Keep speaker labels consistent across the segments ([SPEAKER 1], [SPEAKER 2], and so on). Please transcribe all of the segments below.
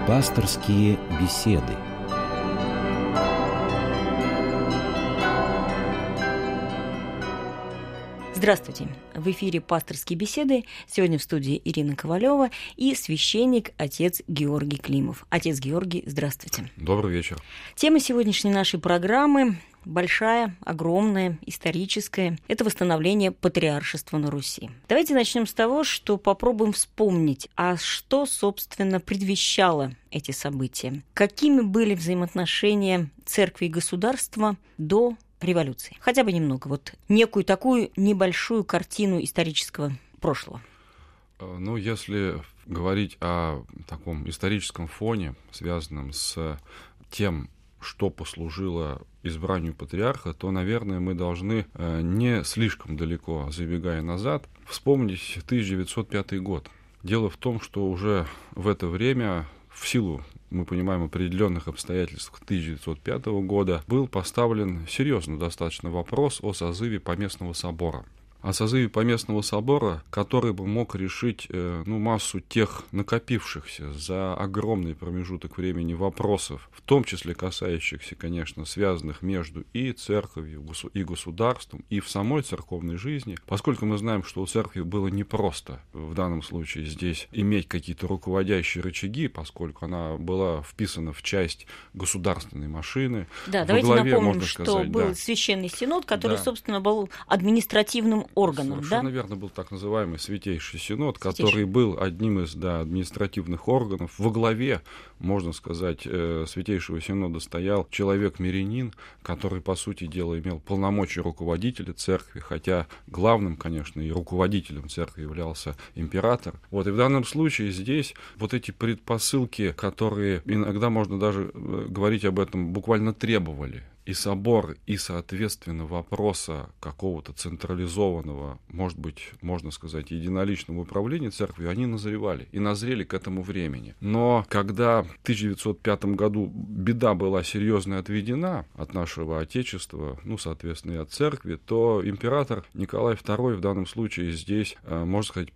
[SPEAKER 1] Пасторские беседы.
[SPEAKER 2] Здравствуйте! В эфире «Пасторские беседы». Сегодня в студии Ирина Ковалева и священник отец Георгий Климов. Отец Георгий, здравствуйте.
[SPEAKER 3] Добрый вечер.
[SPEAKER 2] Тема сегодняшней нашей программы большая, огромная, историческая. Это восстановление патриаршества на Руси. Давайте начнем с того, что попробуем вспомнить, а что, собственно, предвещало эти события. Какими были взаимоотношения церкви и государства до революции? Хотя бы немного, вот некую такую небольшую картину исторического прошлого.
[SPEAKER 3] Ну, если говорить о таком историческом фоне, связанном с тем, что послужило избранию патриарха, то, наверное, мы должны, не слишком далеко забегая назад, вспомнить 1905 год. Дело в том, что уже в это время, в силу, мы понимаем, определенных обстоятельств 1905 года, был поставлен серьезно достаточно вопрос о созыве Поместного собора. О созыве Поместного собора, который бы мог решить массу тех накопившихся за огромный промежуток времени вопросов, в том числе касающихся, конечно, связанных между и церковью, и государством, и в самой церковной жизни, поскольку мы знаем, что у церкви было непросто в данном случае здесь иметь какие-то руководящие рычаги, поскольку она была вписана в часть государственной машины.
[SPEAKER 2] Да, давайте напомним, что был Священный Синод, который, собственно, был административным органом,
[SPEAKER 3] Совершенно верно, был так называемый Святейший Синод, который был одним из административных органов. Во главе, можно сказать, Святейшего Синода стоял человек-мирянин, который, по сути дела, имел полномочия руководителя церкви, хотя главным, конечно, и руководителем церкви являлся император. И в данном случае здесь вот эти предпосылки, которые иногда можно даже говорить об этом, буквально требовали. И собор, и, соответственно, вопроса какого-то централизованного, может быть, можно сказать, единоличного управления церковью, они назревали и назрели к этому времени. Но когда в 1905 году беда была серьезно отведена от нашего Отечества, соответственно, и от церкви, то император Николай II в данном случае здесь, можно сказать,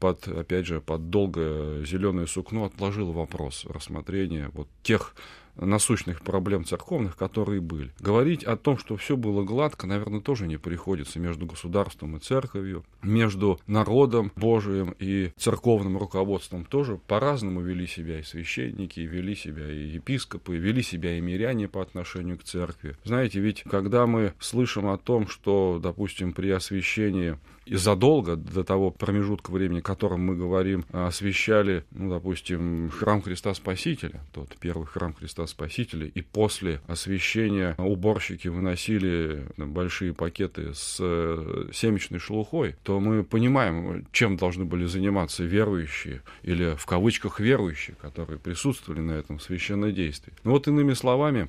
[SPEAKER 3] под долгое зеленое сукно отложил вопрос рассмотрения тех насущных проблем церковных, которые были. Говорить о том, что все было гладко, наверное, тоже не приходится между государством и церковью, между народом Божиим и церковным руководством тоже по-разному вели себя и священники, вели себя и епископы, вели себя и миряне по отношению к церкви. Знаете, ведь когда мы слышим о том, что, допустим, при освящении и задолго до того промежутка времени, о котором мы говорим, освящали, допустим, храм Христа Спасителя, тот первый храм Христа Спасителя, и после освящения уборщики выносили большие пакеты с семечной шелухой, то мы понимаем, чем должны были заниматься верующие, или в кавычках верующие, которые присутствовали на этом священнодействии. Иными словами,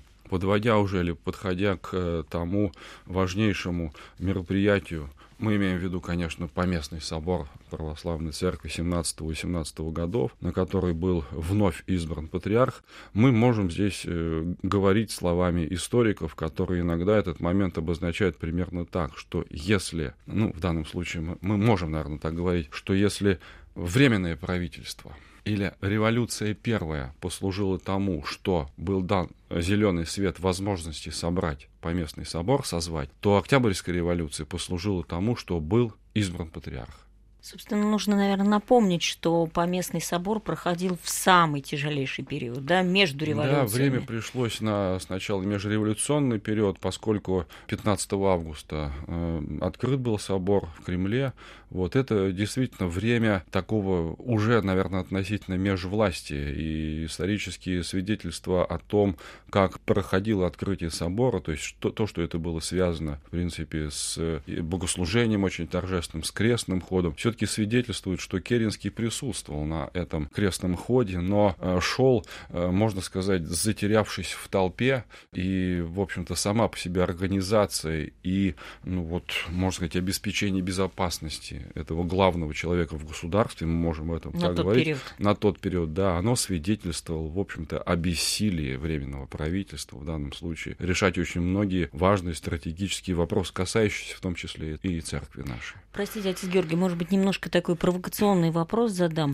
[SPEAKER 3] подходя к тому важнейшему мероприятию, мы имеем в виду, конечно, Поместный собор Православной Церкви 17-18 годов, на который был вновь избран патриарх, мы можем здесь говорить словами историков, которые иногда этот момент обозначают примерно так, что если, в данном случае мы можем, наверное, так говорить, что если Временное правительство или революция первая послужила тому, что был дан зеленый свет возможности собрать Поместный собор, созвать, то Октябрьская революция послужила тому, что был избран патриарх.
[SPEAKER 2] Собственно, нужно, наверное, напомнить, что Поместный собор проходил в самый тяжелейший период, между революциями.
[SPEAKER 3] Да, время пришлось на сначала межреволюционный период, поскольку 15 августа открыт был собор в Кремле. Это действительно время такого уже, наверное, относительно межвластия, и исторические свидетельства о том, как проходило открытие собора, то есть то, что это было связано, в принципе, с богослужением очень торжественным, с крестным ходом, все-таки свидетельствует, что Керенский присутствовал на этом крестном ходе, но шел, можно сказать, затерявшись в толпе, и, в общем-то, сама по себе организация и, можно сказать, обеспечение безопасности этого главного человека в государстве, мы можем об этом так говорить, на тот период, оно свидетельствовало, в общем-то, о бессилии Временного правительства в данном случае решать очень многие важные стратегические вопросы, касающиеся в том числе и церкви нашей.
[SPEAKER 2] Простите, отец Георгий, может быть, немножко такой провокационный вопрос задам.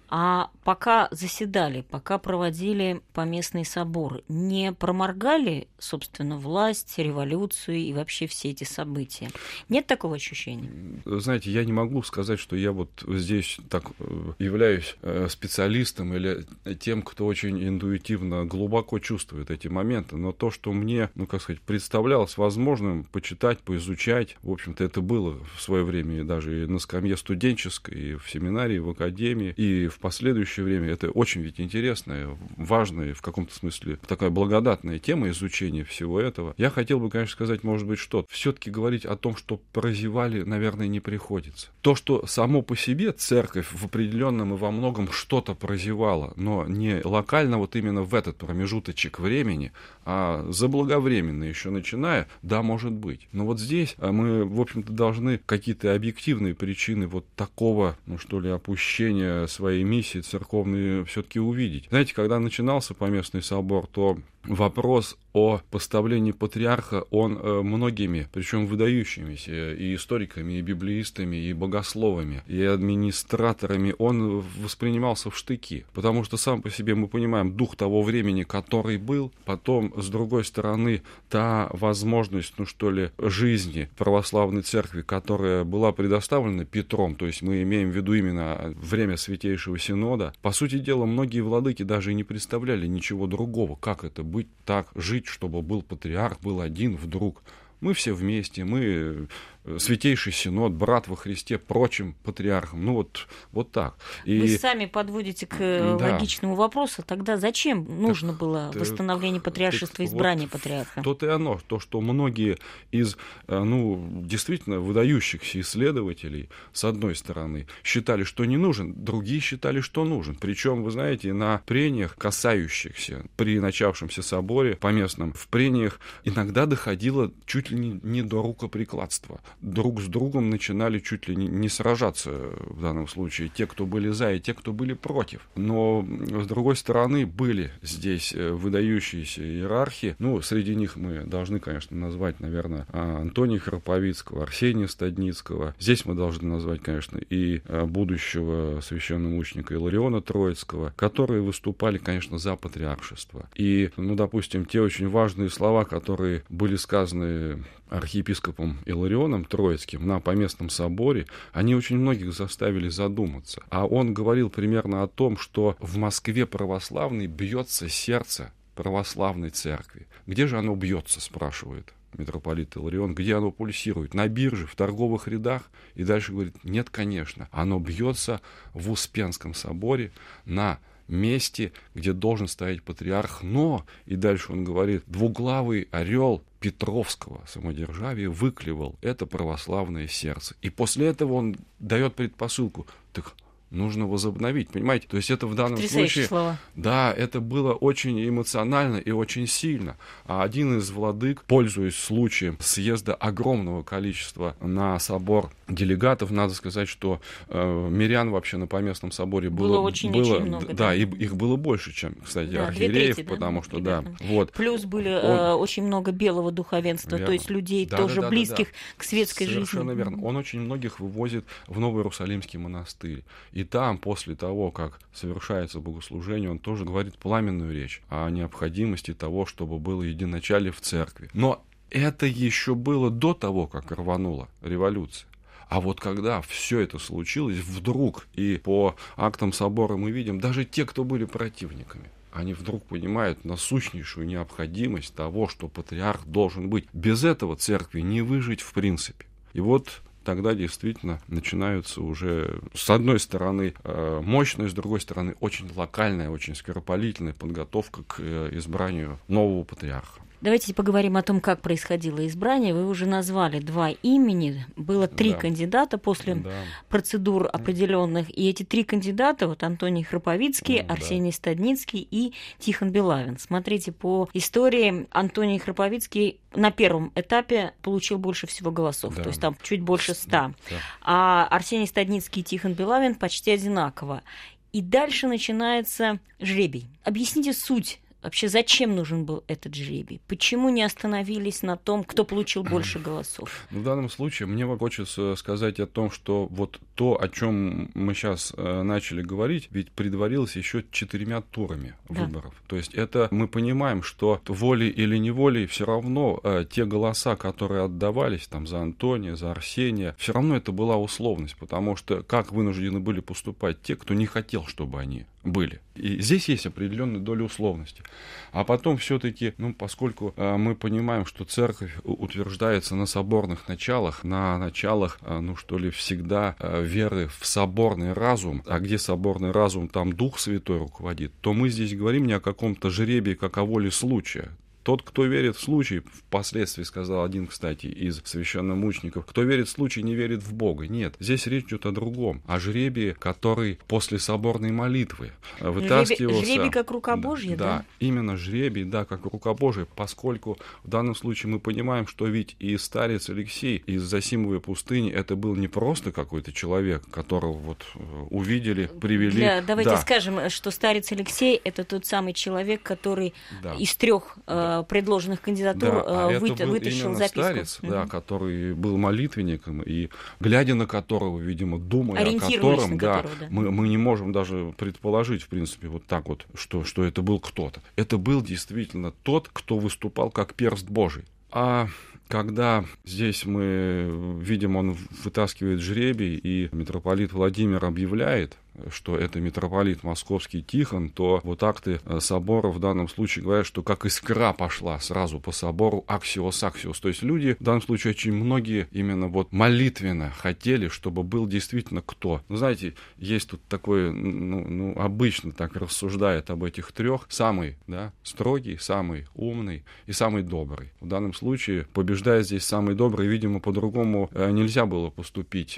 [SPEAKER 2] А пока заседали, пока проводили поместный собор, не проморгали, собственно, власть, революцию и вообще все эти события? Нет такого ощущения?
[SPEAKER 3] Знаете, я не могу сказать, что я вот здесь так являюсь специалистом или тем, кто очень интуитивно, глубоко чувствует эти моменты, но то, что мне, представлялось возможным почитать, поизучать, в общем-то, это было в свое время даже и на скамье студенческой, и в семинарии, в академии, и в последующее время. Это очень ведь интересная, важная, в каком-то смысле такая благодатная тема изучения всего этого. Я хотел бы, конечно, сказать, может быть, что все-таки говорить о том, что прозевали, наверное, не приходится. То, что само по себе церковь в определенном и во многом что-то прозевала, но не локально вот именно в этот промежуточек времени, а заблаговременно еще начиная, да, может быть. Но вот здесь мы, в общем-то, должны какие-то объективные причины вот такого, опущения своей миссии церковной все-таки увидеть. Знаете, когда начинался поместный собор, то вопрос о поставлении патриарха, он многими, причем выдающимися и историками, и библеистами, и богословами, и администраторами, он воспринимался в штыки. Потому что сам по себе мы понимаем дух того времени, который был, потом, с другой стороны, та возможность, жизни православной церкви, которая была предоставлена Петром, то есть мы имеем в виду именно время Святейшего Синода. По сути дела, многие владыки даже и не представляли ничего другого, как это быть, так жить, чтобы был патриарх, был один вдруг. Мы все вместе, мы Святейший Синод, брат во Христе, прочим патриархам. Вот так.
[SPEAKER 2] Вы сами подводите к логичному вопросу. Тогда зачем нужно было восстановление патриаршества, избрание патриарха?
[SPEAKER 3] То-то и оно, то, что многие из, действительно выдающихся исследователей, с одной стороны, считали, что не нужен, другие считали, что нужен. Причем, вы знаете, на прениях, касающихся при начавшемся соборе поместном, в прениях иногда доходило чуть ли не до рукоприкладства. Друг с другом начинали чуть ли не сражаться в данном случае те, кто были за, и те, кто были против. Но, с другой стороны, были здесь выдающиеся иерархи. Среди них мы должны, конечно, назвать, наверное, Антония Храповицкого, Арсения Стадницкого. Здесь мы должны назвать, конечно, и будущего священномученика Илариона Троицкого, которые выступали, конечно, за патриаршество. И, допустим, те очень важные слова, которые были сказаны архиепископом Иларионом Троицким на поместном соборе, они очень многих заставили задуматься. А он говорил примерно о том, что в Москве православной бьется сердце православной церкви. Где же оно бьется, спрашивает митрополит Иларион, где оно пульсирует? На бирже, в торговых рядах? И дальше говорит, нет, конечно, оно бьется в Успенском соборе на месте, где должен стоять патриарх, но, и дальше он говорит, двуглавый орел Петровского самодержавия выклевал это православное сердце. И после этого он дает предпосылку, так нужно возобновить, понимаете? То есть это в данном случае...
[SPEAKER 2] Слова.
[SPEAKER 3] Да, это было очень эмоционально и очень сильно. А один из владык, пользуясь случаем съезда огромного количества на собор делегатов, надо сказать, что мирян вообще на поместном соборе было
[SPEAKER 2] очень много.
[SPEAKER 3] Да, и их было больше, чем, кстати, архиереев,
[SPEAKER 2] 2/3,
[SPEAKER 3] потому что,
[SPEAKER 2] примерно.
[SPEAKER 3] вот.
[SPEAKER 2] Плюс были очень много белого духовенства,
[SPEAKER 3] Верно.
[SPEAKER 2] То есть людей близких к светской жизни.
[SPEAKER 3] Совершенно верно. Он очень многих вывозит в Новый Иерусалимский монастырь. И там, после того, как совершается богослужение, он тоже говорит пламенную речь о необходимости того, чтобы было единоначалие в церкви. Но это еще было до того, как рванула революция. А вот когда все это случилось вдруг, и по актам собора мы видим, даже те, кто были противниками, они вдруг понимают насущнейшую необходимость того, что патриарх должен быть. Без этого церкви не выжить в принципе. И вот тогда действительно начинаются уже, с одной стороны, мощная, с другой стороны, очень локальная, очень скоропалительная подготовка к избранию нового патриарха.
[SPEAKER 2] Давайте поговорим о том, как происходило избрание. Вы уже назвали 2 имени. Было 3 кандидата после процедур определенных. И эти 3 кандидата, вот Антоний Храповицкий, Арсений Стадницкий и Тихон Белавин. Смотрите, по истории Антоний Храповицкий на первом этапе получил больше всего голосов. То есть там чуть больше 100. А Арсений Стадницкий и Тихон Белавин почти одинаково. И дальше начинается жребий. Объясните суть Вообще, зачем нужен был этот жребий? Почему не остановились на том, кто получил больше голосов?
[SPEAKER 3] В данном случае мне хочется сказать о том, что вот то, о чем мы сейчас начали говорить, ведь предварилось еще 4 турами выборов. То есть это мы понимаем, что волей или неволей все равно те голоса, которые отдавались там за Антония, за Арсения, все равно это была условность, потому что как вынуждены были поступать те, кто не хотел, чтобы они были. И здесь есть определенная доля условности. А потом все-таки, поскольку мы понимаем, что церковь утверждается на соборных началах, на началах, всегда веры в соборный разум, а где соборный разум, там Дух Святой руководит, то мы здесь говорим не о каком-то жребии, как о воле случая. Тот, кто верит в случай, впоследствии сказал один, кстати, из священномучеников, кто верит в случай, не верит в Бога. Нет, здесь речь идет о другом, о жребии, который после соборной молитвы вытаскивался.
[SPEAKER 2] Жребий как рука Божья, да?
[SPEAKER 3] Да, именно жребий, да, как рука Божья, поскольку в данном случае мы понимаем, что ведь и старец Алексей из Зосимовой пустыни это был не просто какой-то человек, которого увидели, привели.
[SPEAKER 2] Давайте скажем, что старец Алексей — это тот самый человек, который из 3 предложенных кандидатур вытащил записку.
[SPEAKER 3] Старец, который был молитвенником, и глядя на которого, видимо, думая о котором, мы не можем даже предположить, в принципе, что это был кто-то. Это был действительно тот, кто выступал как перст Божий. А когда здесь мы видим, он вытаскивает жребий, и митрополит Владимир объявляет, что это митрополит московский Тихон, то акты собора в данном случае говорят, что как искра пошла сразу по собору аксиос. То есть люди, в данном случае очень многие именно молитвенно хотели, чтобы был действительно кто. Знаете, есть тут такой, обычно так рассуждает об этих 3, самый строгий, самый умный и самый добрый. В данном случае побеждает здесь самый добрый, видимо, по-другому нельзя было поступить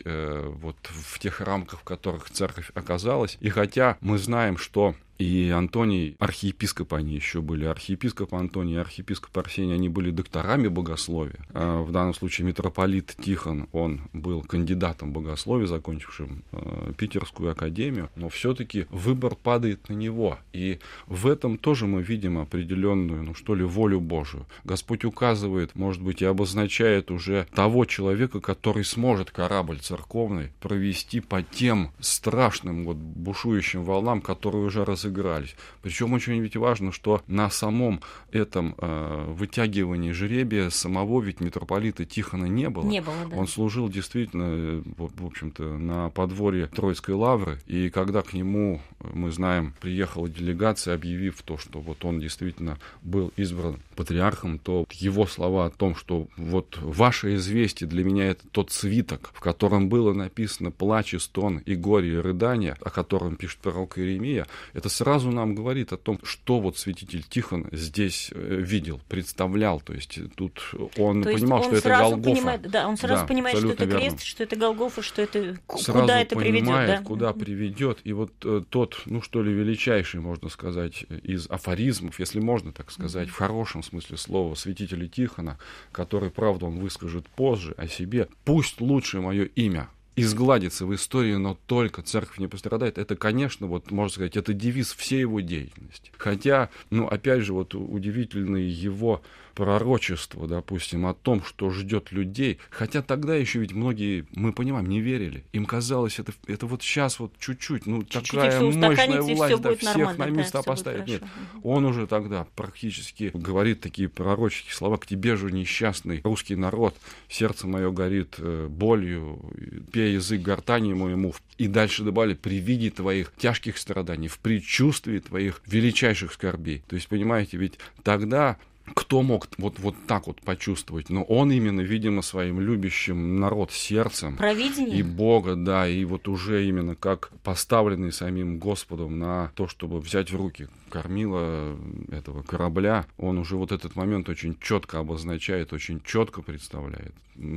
[SPEAKER 3] в тех рамках, в которых церковь оказалась. И хотя мы знаем, что и Антоний, архиепископ они еще были, архиепископ Антоний и архиепископ Арсений, они были докторами богословия. В данном случае митрополит Тихон, он был кандидатом богословия, закончившим Питерскую академию, но все-таки выбор падает на него. И в этом тоже мы видим определенную, волю Божию. Господь указывает, может быть, и обозначает уже того человека, который сможет корабль церковный провести по тем страшным бушующим волнам, которые уже разыгрались. Причем очень ведь важно, что на самом этом вытягивании жребия самого ведь митрополита Тихона не было.
[SPEAKER 2] Да.
[SPEAKER 3] Он служил действительно, в общем-то, на подворье Троицкой лавры, и когда к нему, мы знаем, приехала делегация, объявив то, что он действительно был избран патриархом, то его слова о том, что ваше известие для меня это тот свиток, в котором было написано плач и стон и горе и рыдание, о котором пишет пророк Иеремия, это сразу нам говорит о том, что святитель Тихон здесь видел, представлял. То есть тут он понимал, что это Голгофа.
[SPEAKER 2] Он сразу понимает, что это крест, что это Голгофа, что это куда это приведет.
[SPEAKER 3] Сразу понимает, куда приведет. И тот, величайший, можно сказать, из афоризмов, если можно так сказать, в хорошем смысле слова, святителя Тихона, который, правда, он выскажет позже о себе: «Пусть лучше мое имя изгладится в истории, но только церковь не пострадает». Это, конечно, можно сказать, это девиз всей его деятельности. Хотя, опять же, удивительное его пророчество, допустим, о том, что ждет людей. Хотя тогда еще ведь многие, мы понимаем, не верили. Им казалось, это сейчас чуть-чуть, такая мощная власть, всех на места поставит. Нет, он уже тогда практически говорит такие пророческие слова: «К тебе же, несчастный русский народ, сердце мое горит болью, пей язык гортанью моему». И дальше добавили: «При виде твоих тяжких страданий, в предчувствии твоих величайших скорбей». То есть, понимаете, ведь тогда кто мог так почувствовать? Но он именно, видимо, своим любящим народ сердцем
[SPEAKER 2] провидение?
[SPEAKER 3] И Бога, и уже именно как поставленный самим Господом на то, чтобы взять в руки кормила этого корабля, он уже этот момент очень четко обозначает, очень четко представляет.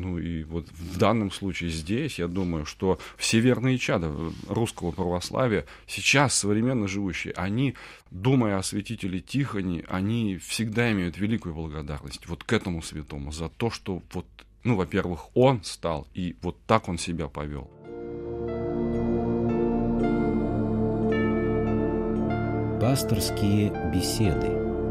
[SPEAKER 3] И в данном случае здесь, я думаю, что все верные чада русского православия, сейчас современно живущие, они, думая о святителе Тихоне, они всегда имеют великую благодарность к этому святому за то, что во-первых, он стал, и так он себя повел.
[SPEAKER 1] Пасторские беседы.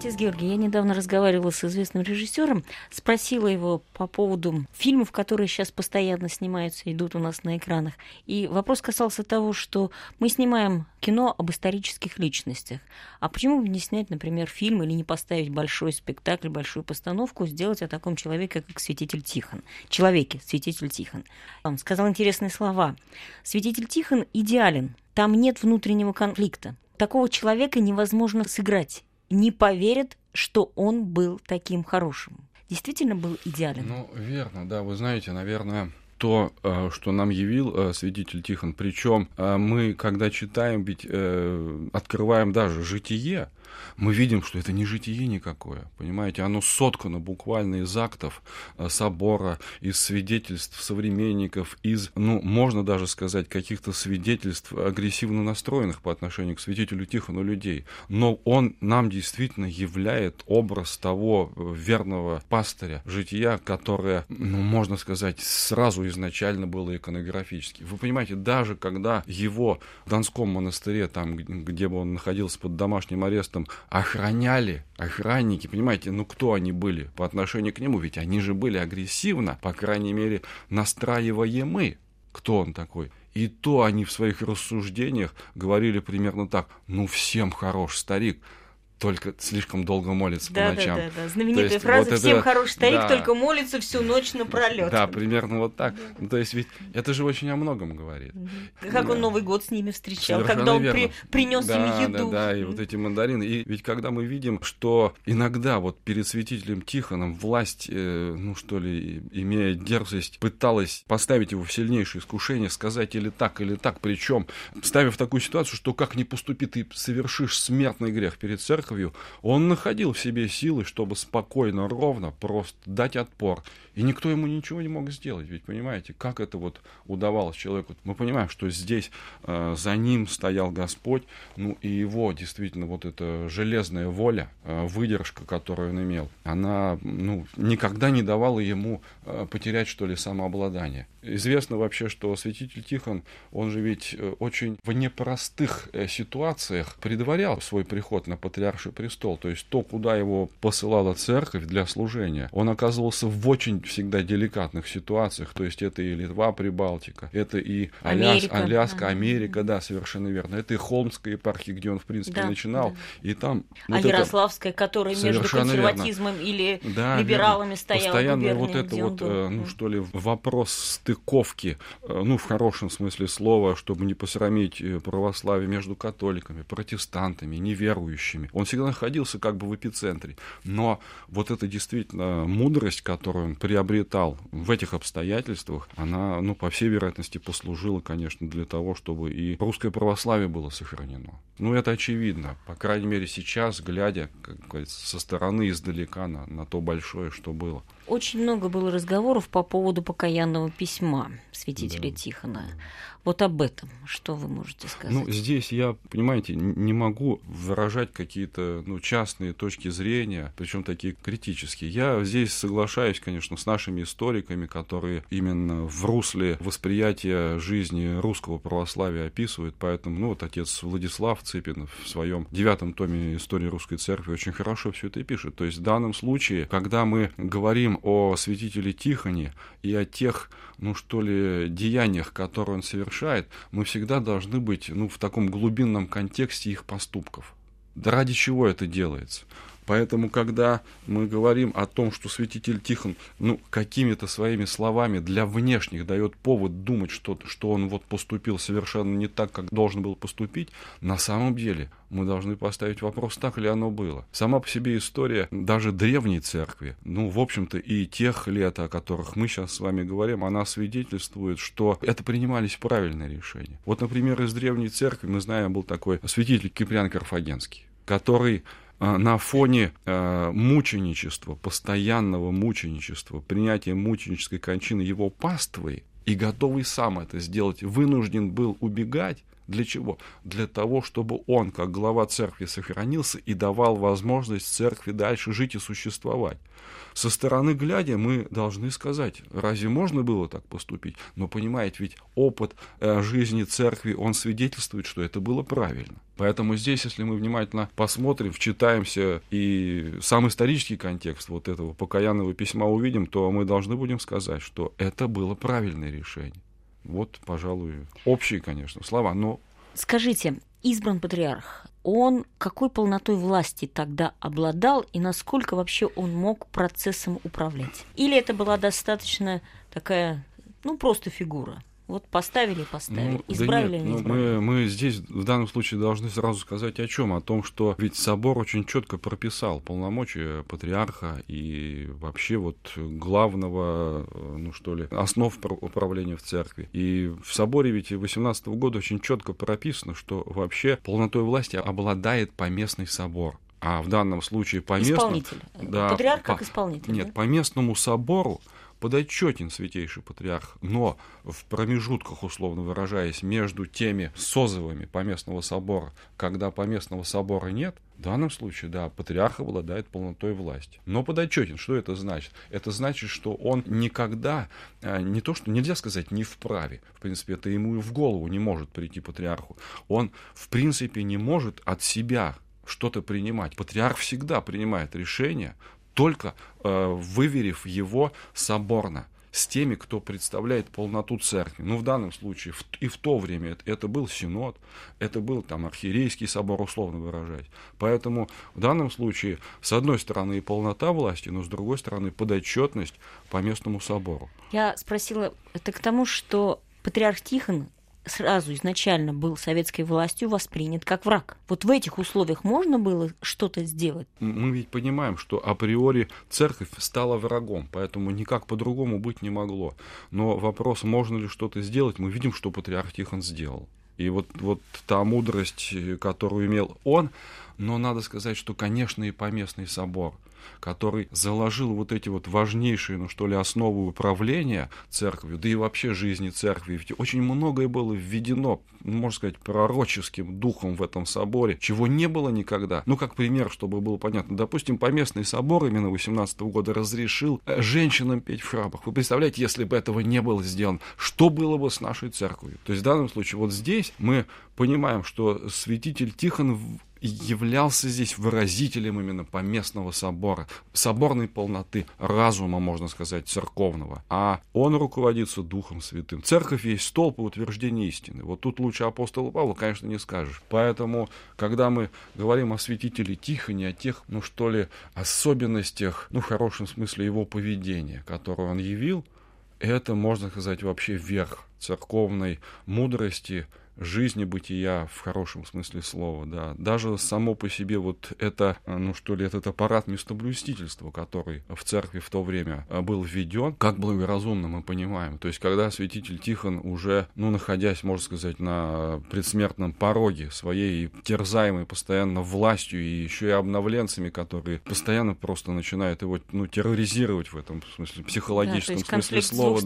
[SPEAKER 2] Отец Георгий, я недавно разговаривала с известным режиссером, спросила его по поводу фильмов, которые сейчас постоянно снимаются, идут у нас на экранах. И вопрос касался того, что мы снимаем кино об исторических личностях. А почему бы не снять, например, фильм или не поставить большой спектакль, большую постановку, сделать о таком человеке, как святитель Тихон? Человеке, святитель Тихон. Он сказал интересные слова. Святитель Тихон идеален. Там нет внутреннего конфликта. Такого человека невозможно сыграть. Не поверят, что он был таким хорошим. Действительно был идеален.
[SPEAKER 3] Ну, верно, да. Вы знаете, наверное, то, что нам явил святитель Тихон, причем мы, когда читаем, ведь открываем даже житие, мы видим, что это не житие никакое, понимаете, оно соткано буквально из актов собора, из свидетельств современников, из, можно даже сказать, каких-то свидетельств агрессивно настроенных по отношению к святителю Тихону людей. Но он нам действительно являет образ того верного пастыря жития, которое, можно сказать, сразу изначально было иконографически. Вы понимаете, даже когда его в Донском монастыре, там, где бы он находился под домашним арестом, охраняли охранники, понимаете, кто они были по отношению к нему, ведь они же были агрессивно, по крайней мере, настраиваемы, кто он такой. И то они в своих рассуждениях говорили примерно так: всем хорош старик, только слишком долго молится по ночам.
[SPEAKER 2] Да. Знаменитая фраза: вот «Всем хороший старик, только молится всю ночь напролёт».
[SPEAKER 3] Да, примерно вот так. То есть ведь это же очень о многом говорит.
[SPEAKER 2] Как он Новый год с ними встречал, когда он принес им еду.
[SPEAKER 3] Да, и вот эти мандарины. И ведь когда мы видим, что иногда вот перед святителем Тихоном власть, имея дерзость, пыталась поставить его в сильнейшее искушение, сказать или так, причем ставя в такую ситуацию, что как ни поступи, ты совершишь смертный грех перед церковью, он находил в себе силы, чтобы спокойно, ровно, просто дать отпор. И никто ему ничего не мог сделать. Ведь понимаете, как это вот удавалось человеку? Мы понимаем, что здесь за ним стоял Господь, и его действительно вот эта железная воля, выдержка, которую он имел, она никогда не давала ему потерять, что ли, самообладание. Известно вообще, что святитель Тихон, он же ведь очень в непростых ситуациях предварял свой приход на патриарший престол. То есть то, куда его посылала церковь для служения, он оказывался в очень всегда деликатных ситуациях. То есть это и Литва, Прибалтика, это и Аляска, Америка, да, совершенно верно. Это и Холмская епархия, где он, в принципе, начинал. Да. И там...
[SPEAKER 2] Ярославская, которая между консерватизмом или либералами стояла.
[SPEAKER 3] Постоянно вот это вопрос стыковки, в хорошем смысле слова, чтобы не посрамить православие, между католиками, протестантами, неверующими. Он всегда находился как бы в эпицентре. Но вот эта действительно мудрость, которую он приобретал в этих обстоятельствах, она, по всей вероятности, послужила, конечно, для того, чтобы и русское православие было сохранено. Это очевидно. По крайней мере, сейчас, глядя, как говорится, со стороны, издалека на то большое, что было.
[SPEAKER 2] Очень много было разговоров по поводу покаянного письма святителя Тихона. Вот об этом что вы можете сказать?
[SPEAKER 3] Здесь я, понимаете, не могу выражать какие-то частные точки зрения, причем такие критические. Я здесь соглашаюсь, конечно, с нашими историками, которые именно в русле восприятия жизни русского православия описывают. Поэтому, отец Владислав Цыпин в своем 9-м томе истории русской церкви очень хорошо все это и пишет. То есть в данном случае, когда мы говорим о святителе Тихоне и о тех, деяниях, которые он совершает, мы всегда должны быть, в таком глубинном контексте их поступков. Да ради чего это делается? Поэтому, когда мы говорим о том, что святитель Тихон, какими-то своими словами для внешних дает повод думать, что он поступил совершенно не так, как должен был поступить, на самом деле мы должны поставить вопрос, так ли оно было. Сама по себе история даже древней церкви, в общем-то, и тех лет, о которых мы сейчас с вами говорим, она свидетельствует, что это принимались правильные решения. Вот, например, из древней церкви мы знаем, был такой святитель Киприан Карфагенский, который на фоне мученичества, постоянного мученичества, принятия мученической кончины его паствой, и готовый сам это сделать, вынужден был убегать Для чего? Для того, чтобы он, как глава церкви, сохранился и давал возможность церкви дальше жить и существовать. Со стороны глядя, мы должны сказать, разве можно было так поступить? Но понимаете, ведь опыт жизни церкви, он свидетельствует, что это было правильно. Поэтому здесь, если мы внимательно посмотрим, вчитаемся и сам исторический контекст вот этого покаянного письма увидим, то мы должны будем сказать, что это было правильное решение. Вот, пожалуй, общие, конечно, слова, но...
[SPEAKER 2] Скажите, избран патриарх, он какой полнотой власти тогда обладал и насколько вообще он мог процессом управлять? Или это была достаточно такая, просто фигура? Вот поставили, избрали,
[SPEAKER 3] да нет, избрали. Мы здесь в данном случае должны сразу сказать о чем? О том, что ведь собор очень четко прописал полномочия патриарха и вообще вот главного, основ управления в церкви. И в соборе ведь 18 года очень четко прописано, что вообще полнотой власти обладает поместный собор. А в данном случае
[SPEAKER 2] исполнитель.
[SPEAKER 3] Да,
[SPEAKER 2] патриарх как исполнитель.
[SPEAKER 3] Нет, по местному собору подотчетен святейший патриарх, но в промежутках, условно выражаясь, между теми созывами поместного собора, когда поместного собора нет, в данном случае, да, патриарх обладает полнотой власти. Но подотчетен, что это значит? Это значит, что он никогда, не то что нельзя сказать, не вправе, в принципе, это ему и в голову не может прийти патриарху, он, в принципе, не может от себя что-то принимать. Патриарх всегда принимает решение, только выверив его соборно с теми, кто представляет полноту церкви. В данном случае и в то время это был синод, это был архиерейский собор, условно выражаясь. Поэтому в данном случае, с одной стороны, и полнота власти, но с другой стороны, подотчетность поместному собору.
[SPEAKER 2] Я спросила это к тому, что патриарх Тихон сразу изначально был советской властью воспринят как враг. Вот в этих условиях можно было что-то сделать?
[SPEAKER 3] Мы ведь понимаем, что априори церковь стала врагом, поэтому никак по-другому быть не могло. Но вопрос, можно ли что-то сделать, мы видим, что патриарх Тихон сделал. И вот та мудрость, которую имел он, но надо сказать, что, конечно, и поместный собор, который заложил вот эти важнейшие, основы управления церковью, да и вообще жизни церкви. Ведь очень многое было введено, можно сказать, пророческим духом в этом соборе, чего не было никогда. Как пример, чтобы было понятно. Допустим, поместный собор именно 18 года разрешил женщинам петь в храмах. Вы представляете, если бы этого не было сделано, что было бы с нашей церковью? То есть в данном случае здесь мы понимаем, что святитель Тихон являлся здесь выразителем именно поместного собора, соборной полноты, разума, можно сказать, церковного. А он руководится Духом Святым. Церковь есть столб и утверждение истины. Тут лучше апостола Павла, конечно, не скажешь. Поэтому, когда мы говорим о святителе Тихоне, о тех, особенностях, в хорошем смысле его поведения, которое он явил, это, можно сказать, вообще верх церковной мудрости, жизни, бытия в хорошем смысле слова, да. Даже само по себе это, этот аппарат местоблюстительства, который в церкви в то время был введен, как благоразумно мы понимаем. То есть, когда святитель Тихон уже, находясь, можно сказать, на предсмертном пороге своей терзаемой постоянно властью и еще и обновленцами, которые постоянно просто начинают его, терроризировать в этом смысле, психологическом смысле слова,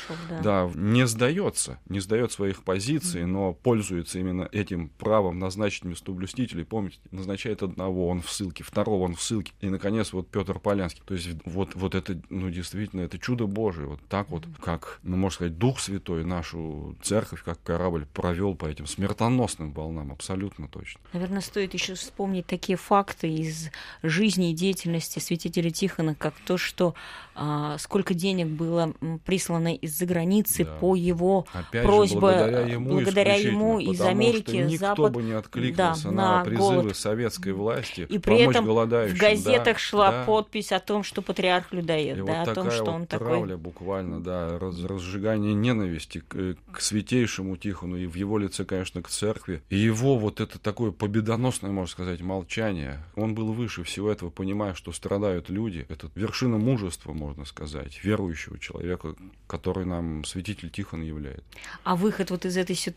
[SPEAKER 3] не сдается своих позиций, но пользуется именно этим правом назначить местоблюстителей. Помните, назначает одного, он в ссылке, второго он в ссылке. И, наконец, Петр Полянский. То есть это, действительно, это чудо Божие. Так как, можно сказать, Дух Святой нашу церковь, как корабль, провел по этим смертоносным волнам. Абсолютно точно.
[SPEAKER 2] Наверное, стоит еще вспомнить такие факты из жизни и деятельности святителя Тихона, как то, что сколько денег было прислано из-за границы по его просьбе, благодаря ему из Америки,
[SPEAKER 3] что никто
[SPEAKER 2] Запад
[SPEAKER 3] бы не откликнулся на призывы советской власти
[SPEAKER 2] и при этом
[SPEAKER 3] голодающим.
[SPEAKER 2] В газетах шла подпись о том, что патриарх людоед,
[SPEAKER 3] и
[SPEAKER 2] о том, что он такой.
[SPEAKER 3] Травля буквально, разжигание ненависти к святейшему Тихону и в его лице, конечно, к церкви. И его это такое победоносное, можно сказать, молчание. Он был выше всего этого, понимая, что страдают люди. Это вершина мужества, можно сказать, верующего человека, который нам святитель Тихон является.
[SPEAKER 2] А выход из этой ситуации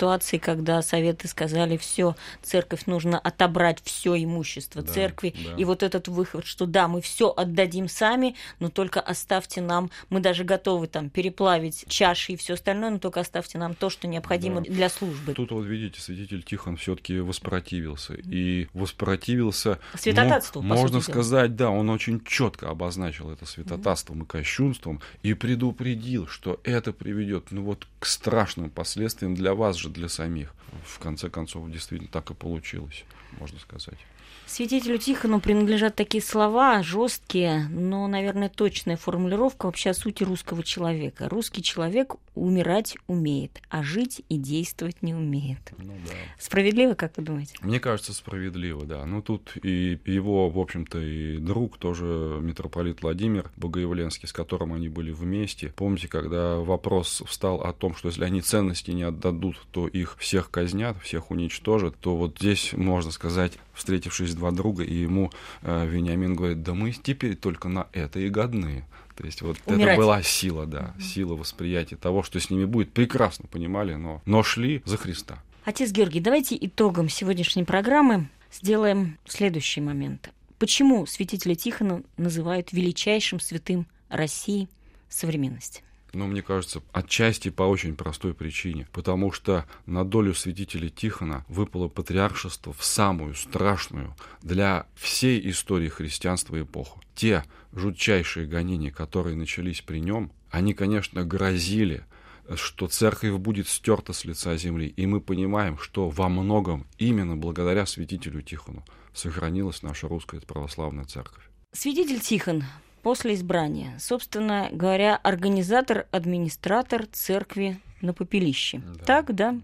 [SPEAKER 2] когда советы сказали, все, церковь нужно отобрать все имущество церкви, и вот этот выход, что да, мы все отдадим сами, но только оставьте нам, мы даже готовы там переплавить чаши и все остальное, но только оставьте нам то, что необходимо для службы.
[SPEAKER 3] Тут вот видите, святитель Тихон все-таки воспротивился, и воспротивился,
[SPEAKER 2] святотатству,
[SPEAKER 3] можно сказать, да, он очень четко обозначил это святотатством и кощунством, и предупредил, что это приведет, к страшным последствиям для вас же, для самих. В конце концов, действительно так и получилось, можно сказать.
[SPEAKER 2] Святителю Тихону принадлежат такие слова, жесткие, но, наверное, точная формулировка вообще о сути русского человека. Русский человек умирать умеет, а жить и действовать не умеет. Справедливо, как вы думаете?
[SPEAKER 3] Мне кажется, справедливо, да. Тут и его, в общем-то, и друг, тоже митрополит Владимир Богоявленский, с которым они были вместе. Помните, когда вопрос встал о том, что если они ценности не отдадут, то их всех казнят, всех уничтожат, то вот здесь, можно сказать, встретившись два друга, и ему Вениамин говорит, да мы теперь только на это и годны. То есть вот умирать. Это была сила, сила восприятия того, что с ними будет. Прекрасно понимали, но шли за Христа.
[SPEAKER 2] Отец Георгий, давайте итогом сегодняшней программы сделаем следующий момент. Почему святителя Тихона называют величайшим святым России современности?
[SPEAKER 3] Мне кажется, отчасти по очень простой причине. Потому что на долю святителя Тихона выпало патриаршество в самую страшную для всей истории христианства эпоху. Те жутчайшие гонения, которые начались при нем, они, конечно, грозили, что церковь будет стерта с лица земли. И мы понимаем, что во многом именно благодаря святителю Тихону сохранилась наша русская православная церковь.
[SPEAKER 2] Святитель Тихон после избрания, собственно говоря, организатор, администратор церкви на попелище. Так, да?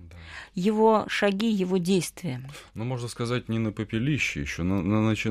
[SPEAKER 2] Его шаги, его действия.
[SPEAKER 3] Можно сказать, не на попелище еще, на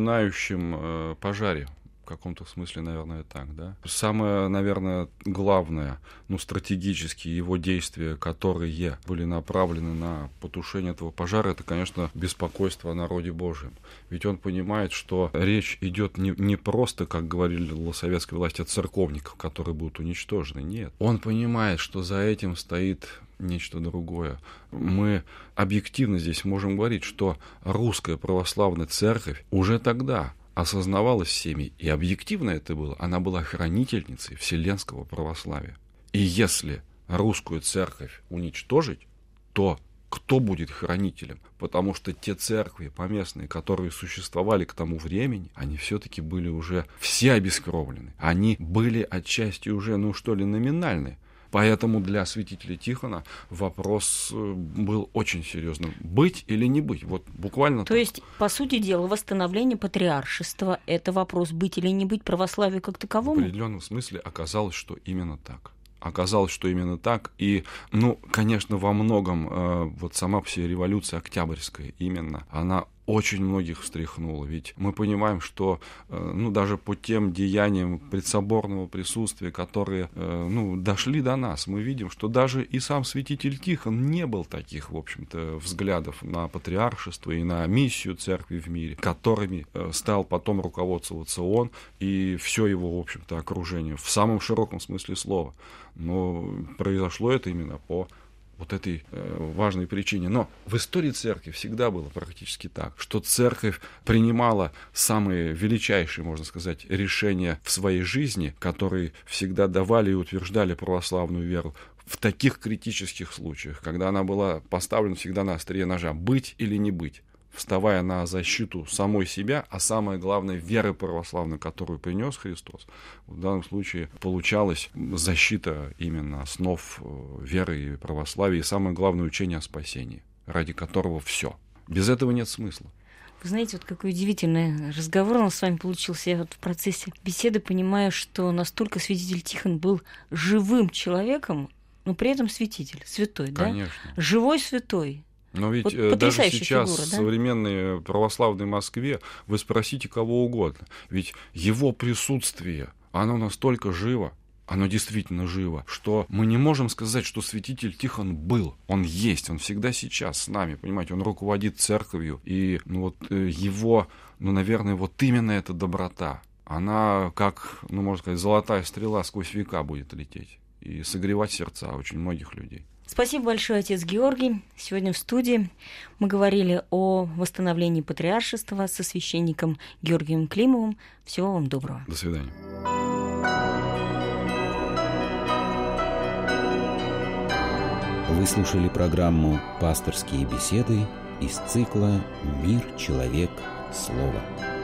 [SPEAKER 3] начинающем пожаре. В каком-то смысле, наверное, так, да. Самое, наверное, главное, стратегические его действия, которые были направлены на потушение этого пожара, это, конечно, беспокойство о народе Божьем. Ведь он понимает, что речь идет не просто, как говорили советская власть, о церковниках, которые будут уничтожены. Нет. Он понимает, что за этим стоит нечто другое. Мы объективно здесь можем говорить, что русская православная церковь уже тогда осознавалась всеми, и объективно это было, она была хранительницей вселенского православия. И если русскую церковь уничтожить, то кто будет хранителем? Потому что те церкви поместные, которые существовали к тому времени, они все-таки были уже все обескровлены. Они были отчасти уже, номинальны. Поэтому для святителя Тихона вопрос был очень серьезным. Быть или не быть? Вот буквально
[SPEAKER 2] То есть, по сути дела, восстановление патриаршества – это вопрос быть или не быть православию как таковому?
[SPEAKER 3] В определенном смысле оказалось, что именно так. И, конечно, во многом сама по себе революция Октябрьская именно, она очень многих встряхнула. Ведь мы понимаем, что даже по тем деяниям предсоборного присутствия, которые дошли до нас, мы видим, что даже и сам святитель Тихон не был таких, в общем-то, взглядов на патриаршество и на миссию церкви в мире, которыми стал потом руководствоваться он и все его, в общем-то, окружение в самом широком смысле слова. Но произошло это именно по вот этой важной причине. Но в истории церкви всегда было практически так, что церковь принимала самые величайшие, можно сказать, решения в своей жизни, которые всегда давали и утверждали православную веру в таких критических случаях, когда она была поставлена всегда на острие ножа, быть или не быть, вставая на защиту самой себя, а самое главное, веры православной, которую принес Христос. В данном случае получалась защита именно основ веры и православия, и самое главное, учение о спасении, ради которого все. Без этого нет смысла.
[SPEAKER 2] Вы знаете, вот какой удивительный разговор у нас с вами получился. Я вот в процессе беседы понимаю, что настолько святитель Тихон был живым человеком, но при этом святитель, святой,
[SPEAKER 3] Конечно.
[SPEAKER 2] Да? Живой святой.
[SPEAKER 3] Но ведь даже сейчас
[SPEAKER 2] фигура,
[SPEAKER 3] в современной православной Москве вы спросите кого угодно. Ведь его присутствие, оно настолько живо, оно действительно живо, что мы не можем сказать, что святитель Тихон был. Он есть, он всегда сейчас с нами, понимаете, он руководит церковью. И его, наверное, вот именно эта доброта, она как, можно сказать, золотая стрела сквозь века будет лететь. и согревать сердца очень многих людей.
[SPEAKER 2] Спасибо большое, отец Георгий. Сегодня в студии мы говорили о восстановлении патриаршества со священником Георгием Климовым. Всего вам доброго.
[SPEAKER 3] До свидания.
[SPEAKER 1] Вы слушали программу «Пасторские беседы» из цикла «Мир, человек, слово».